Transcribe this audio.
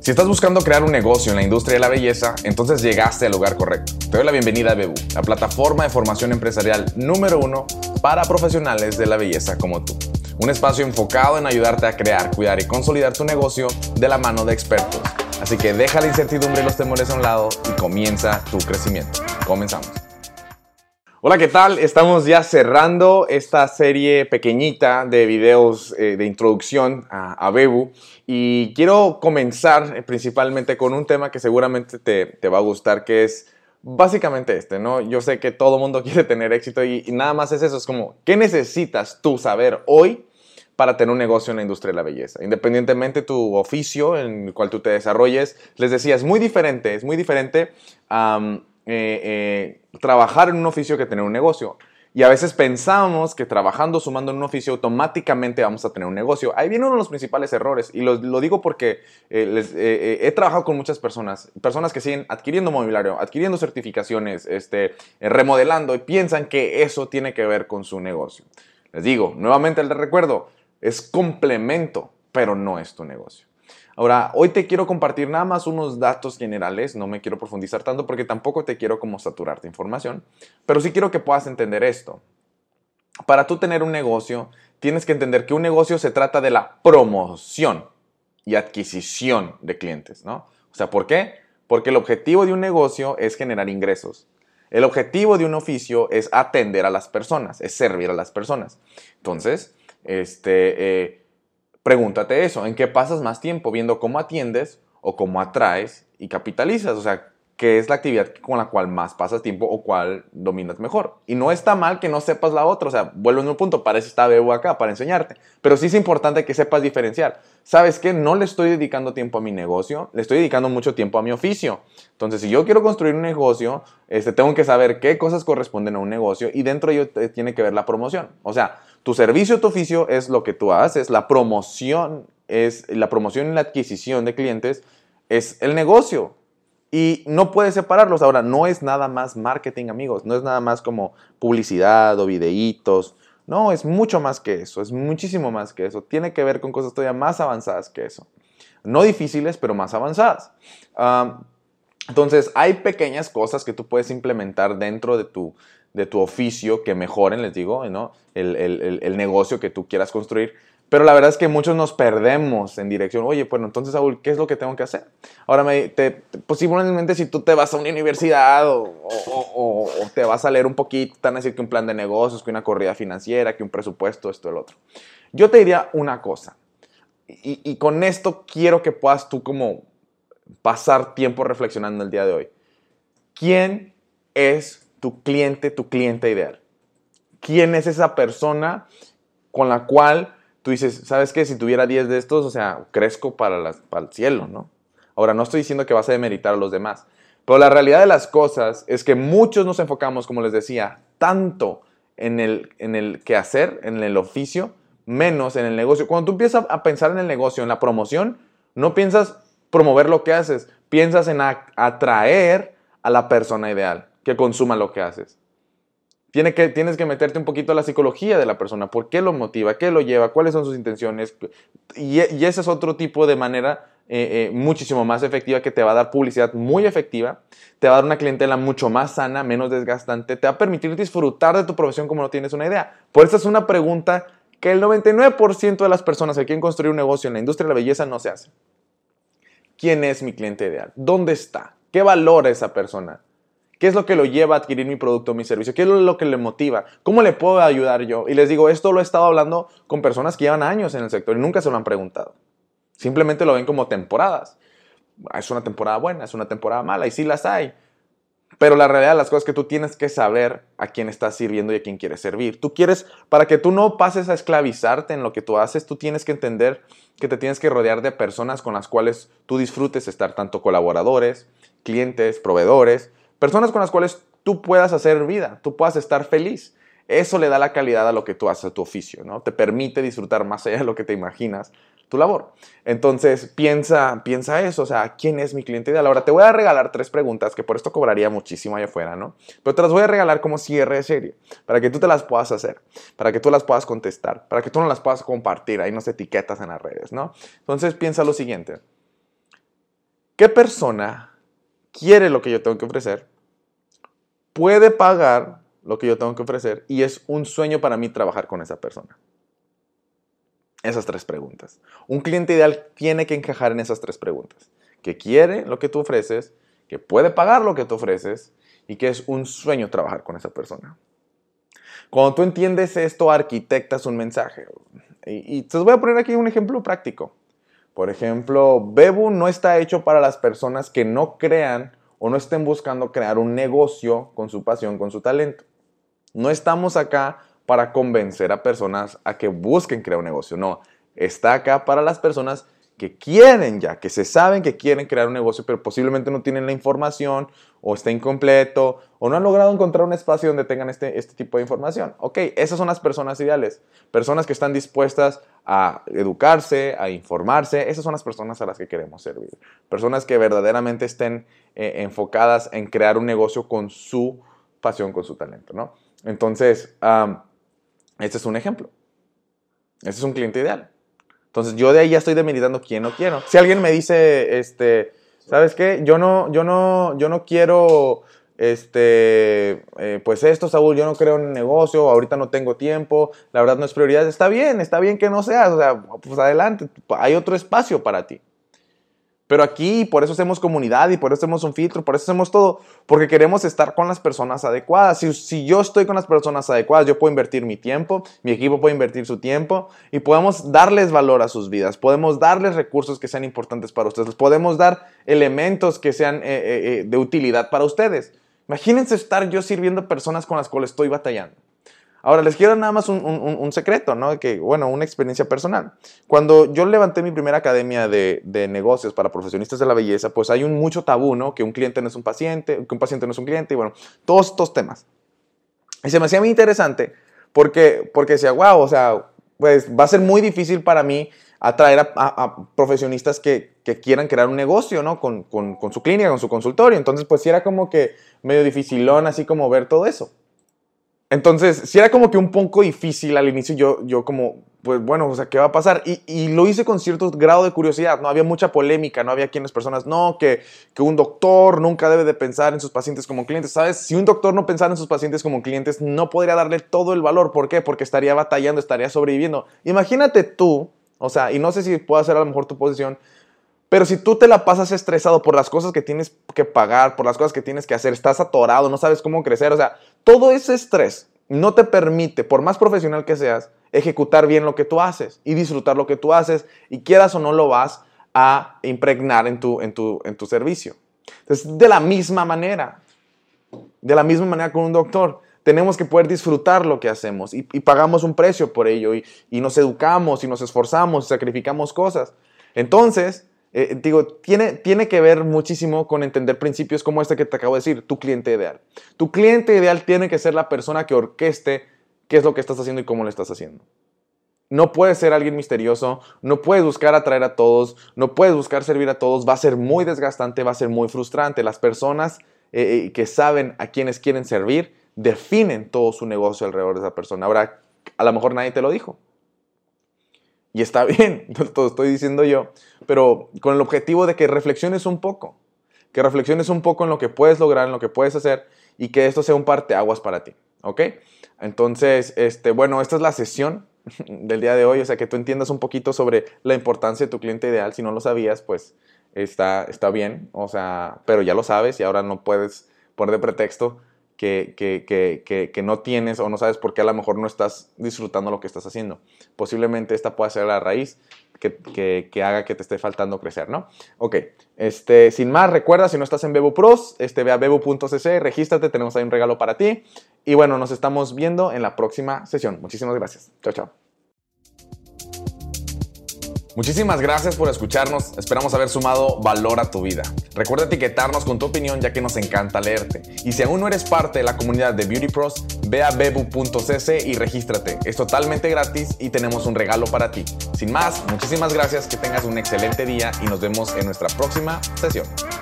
Si estás buscando crear un negocio en la industria de la belleza, entonces llegaste al lugar correcto. Te doy la bienvenida a Bebu, la plataforma de formación empresarial número 1 para profesionales de la belleza como tú. Un espacio enfocado en ayudarte a crear, cuidar y consolidar tu negocio de la mano de expertos. Así que deja la incertidumbre y los temores a un lado y comienza tu crecimiento. Comenzamos. Hola, ¿qué tal? Estamos ya cerrando esta serie pequeñita de videos de introducción a Bebu y quiero comenzar principalmente con un tema que seguramente te va a gustar, que es básicamente ¿no? Yo sé que todo mundo quiere tener éxito y nada más es eso, es como, ¿qué necesitas tú saber hoy para tener un negocio en la industria de la belleza? Independientemente de tu oficio en el cual tú te desarrolles, les decía, es muy diferente trabajar en un oficio que tener un negocio. Y a veces pensamos que trabajando, sumando en un oficio, automáticamente vamos a tener un negocio. Ahí viene uno de los principales errores. Y lo digo porque he trabajado con muchas personas que siguen adquiriendo mobiliario, adquiriendo certificaciones, remodelando y piensan que eso tiene que ver con su negocio. Les digo, nuevamente les recuerdo, es complemento, pero no es tu negocio. Ahora, hoy te quiero compartir nada más unos datos generales, no me quiero profundizar tanto porque tampoco te quiero como saturar de información, pero sí quiero que puedas entender esto. Para tú tener un negocio, tienes que entender que un negocio se trata de la promoción y adquisición de clientes, ¿no? O sea, ¿por qué? Porque el objetivo de un negocio es generar ingresos. El objetivo de un oficio es atender a las personas, es servir a las personas. Entonces, pregúntate eso, ¿en qué pasas más tiempo? ¿Viendo cómo atiendes o cómo atraes y capitalizas? O sea, ¿qué es la actividad con la cual más pasas tiempo o cuál dominas mejor? Y no está mal que no sepas la otra, o sea, vuelvo a un punto, para eso está Bebu acá, para enseñarte. Pero sí es importante que sepas diferenciar. ¿Sabes qué? No le estoy dedicando tiempo a mi negocio, le estoy dedicando mucho tiempo a mi oficio. Entonces, si yo quiero construir un negocio, tengo que saber qué cosas corresponden a un negocio y dentro de ello tiene que ver la promoción. O sea, tu servicio, tu oficio es lo que tú haces, la promoción y la adquisición de clientes es el negocio. Y no puedes separarlos. Ahora, no es nada más marketing, amigos. No es nada más como publicidad o videitos. No, es mucho más que eso. Es muchísimo más que eso. Tiene que ver con cosas todavía más avanzadas que eso. No difíciles, pero más avanzadas. Entonces, hay pequeñas cosas que tú puedes implementar dentro de tu oficio que mejoren, les digo, ¿no? el negocio que tú quieras construir. Pero la verdad es que muchos nos perdemos en dirección. Oye, bueno, entonces, Saúl, ¿qué es lo que tengo que hacer? Ahora, posiblemente si tú te vas a una universidad o te vas a leer un poquito, te van a decir que un plan de negocios, que una corrida financiera, que un presupuesto, esto, el otro. Yo te diría una cosa. Y con esto quiero que puedas tú como pasar tiempo reflexionando el día de hoy. ¿Quién es tu cliente ideal? ¿Quién es esa persona con la cual tú dices, ¿sabes qué? Si tuviera 10 de estos, o sea, crezco para el cielo, ¿no? Ahora, no estoy diciendo que vas a demeritar a los demás, pero la realidad de las cosas es que muchos nos enfocamos, como les decía, tanto en el quehacer, en el oficio, menos en el negocio. Cuando tú empiezas a pensar en el negocio, en la promoción, no piensas promover lo que haces, piensas en atraer a la persona ideal que consuma lo que haces. Tienes que meterte un poquito a la psicología de la persona, por qué lo motiva, qué lo lleva, cuáles son sus intenciones. Y ese es otro tipo de manera muchísimo más efectiva que te va a dar publicidad muy efectiva, te va a dar una clientela mucho más sana, menos desgastante, te va a permitir disfrutar de tu profesión como no tienes una idea. Por eso es una pregunta que el 99% de las personas que quieren construir un negocio en la industria de la belleza no se hace. ¿Quién es mi cliente ideal? ¿Dónde está? ¿Qué valora esa persona? ¿Qué es lo que lo lleva a adquirir mi producto o mi servicio? ¿Qué es lo que le motiva? ¿Cómo le puedo ayudar yo? Y les digo, esto lo he estado hablando con personas que llevan años en el sector y nunca se lo han preguntado. Simplemente lo ven como temporadas. Es una temporada buena, es una temporada mala y sí las hay. Pero la realidad de las cosas es que tú tienes que saber a quién estás sirviendo y a quién quieres servir. Para que tú no pases a esclavizarte en lo que tú haces, tú tienes que entender que te tienes que rodear de personas con las cuales tú disfrutes estar, tanto colaboradores, clientes, proveedores, personas con las cuales tú puedas hacer vida, tú puedas estar feliz. Eso le da la calidad a lo que tú haces, a tu oficio, ¿no? Te permite disfrutar más allá de lo que te imaginas tu labor. Entonces, piensa eso, o sea, ¿quién es mi cliente ideal? Ahora, te voy a regalar 3 preguntas, que por esto cobraría muchísimo allá afuera, ¿no? Pero te las voy a regalar como cierre de serie, para que tú te las puedas hacer, para que tú las puedas contestar, para que tú no las puedas compartir, ahí nos etiquetas en las redes, ¿no? Entonces, piensa lo siguiente. ¿Qué persona quiere lo que yo tengo que ofrecer? ¿Puede pagar lo que yo tengo que ofrecer? Y es un sueño para mí trabajar con esa persona. Esas 3 preguntas. Un cliente ideal tiene que encajar en esas 3 preguntas. Que quiere lo que tú ofreces, que puede pagar lo que tú ofreces y que es un sueño trabajar con esa persona. Cuando tú entiendes esto, arquitectas un mensaje. Y te voy a poner aquí un ejemplo práctico. Por ejemplo, Bebo no está hecho para las personas que no crean o no estén buscando crear un negocio con su pasión, con su talento. No estamos acá para convencer a personas a que busquen crear un negocio. No, está acá para las personas que quieren ya, que se saben que quieren crear un negocio, pero posiblemente no tienen la información o está incompleto o no han logrado encontrar un espacio donde tengan este tipo de información. Ok, esas son las personas ideales. Personas que están dispuestas a educarse, a informarse. Esas son las personas a las que queremos servir. Personas que verdaderamente estén enfocadas en crear un negocio con su pasión, con su talento, ¿no? Entonces, este es un ejemplo. Este es un cliente ideal. Entonces, yo de ahí ya estoy demeritando quién no quiero. Si alguien me dice, ¿sabes qué? Yo no quiero, pues esto, Saúl, yo no creo en un negocio, ahorita no tengo tiempo, la verdad no es prioridad. Está bien que no seas, o sea, pues adelante, hay otro espacio para ti. Pero aquí, por eso hacemos comunidad y por eso hacemos un filtro, por eso hacemos todo, porque queremos estar con las personas adecuadas. Si yo estoy con las personas adecuadas, yo puedo invertir mi tiempo, mi equipo puede invertir su tiempo y podemos darles valor a sus vidas, podemos darles recursos que sean importantes para ustedes, podemos dar elementos que sean de utilidad para ustedes. Imagínense estar yo sirviendo personas con las cuales estoy batallando. Ahora, les quiero nada más un secreto, ¿no? Una experiencia personal. Cuando yo levanté mi primera academia de negocios para profesionistas de la belleza, pues hay mucho tabú, ¿no? Que un cliente no es un paciente, que un paciente no es un cliente, y bueno, todos estos temas. Y se me hacía muy interesante porque decía, wow, o sea, pues va a ser muy difícil para mí atraer a profesionistas que quieran crear un negocio, ¿no? Con su clínica, con su consultorio. Entonces, pues sí era como que medio dificilón, así como ver todo eso. Entonces, sí era como que un poco difícil al inicio, yo como, pues bueno, o sea, ¿qué va a pasar? Y lo hice con cierto grado de curiosidad, ¿no? Había mucha polémica, no había quienes personas, no, que un doctor nunca debe de pensar en sus pacientes como clientes, ¿sabes? Si un doctor no pensara en sus pacientes como clientes, no podría darle todo el valor. ¿Por qué? Porque estaría batallando, estaría sobreviviendo. Imagínate tú, o sea, y no sé si pueda ser a lo mejor tu posición, pero si tú te la pasas estresado por las cosas que tienes que pagar, por las cosas que tienes que hacer, estás atorado, no sabes cómo crecer, o sea, todo ese estrés no te permite, por más profesional que seas, ejecutar bien lo que tú haces y disfrutar lo que tú haces y quieras o no lo vas a impregnar en tu servicio. Entonces, de la misma manera con un doctor, tenemos que poder disfrutar lo que hacemos y pagamos un precio por ello y nos educamos y nos esforzamos y sacrificamos cosas. Entonces, tiene que ver muchísimo con entender principios como este que te acabo de decir, tu cliente ideal. Tu cliente ideal tiene que ser la persona que orqueste qué es lo que estás haciendo y cómo lo estás haciendo. No puedes ser alguien misterioso, no puedes buscar atraer a todos, no puedes buscar servir a todos, va a ser muy desgastante, va a ser muy frustrante. Las personas que saben a quienes quieren servir definen todo su negocio alrededor de esa persona. Ahora, a lo mejor nadie te lo dijo. Y está bien, te lo estoy diciendo yo, pero con el objetivo de que reflexiones un poco. Que reflexiones un poco en lo que puedes lograr, en lo que puedes hacer y que esto sea un parteaguas para ti, ¿ok? Entonces, bueno, esta es la sesión del día de hoy, o sea, que tú entiendas un poquito sobre la importancia de tu cliente ideal. Si no lo sabías, pues está bien, o sea, pero ya lo sabes y ahora no puedes poner de pretexto que no tienes o no sabes por qué a lo mejor no estás disfrutando lo que estás haciendo. Posiblemente esta pueda ser la raíz que haga que te esté faltando crecer, ¿no? Ok, sin más, recuerda, si no estás en Bebo Pros, ve a bebo.cc, regístrate, tenemos ahí un regalo para ti. Y bueno, nos estamos viendo en la próxima sesión. Muchísimas gracias. Chao, chao. Muchísimas gracias por escucharnos, esperamos haber sumado valor a tu vida. Recuerda etiquetarnos con tu opinión ya que nos encanta leerte. Y si aún no eres parte de la comunidad de Beauty Pros, ve a bebu.cc y regístrate. Es totalmente gratis y tenemos un regalo para ti. Sin más, muchísimas gracias, que tengas un excelente día y nos vemos en nuestra próxima sesión.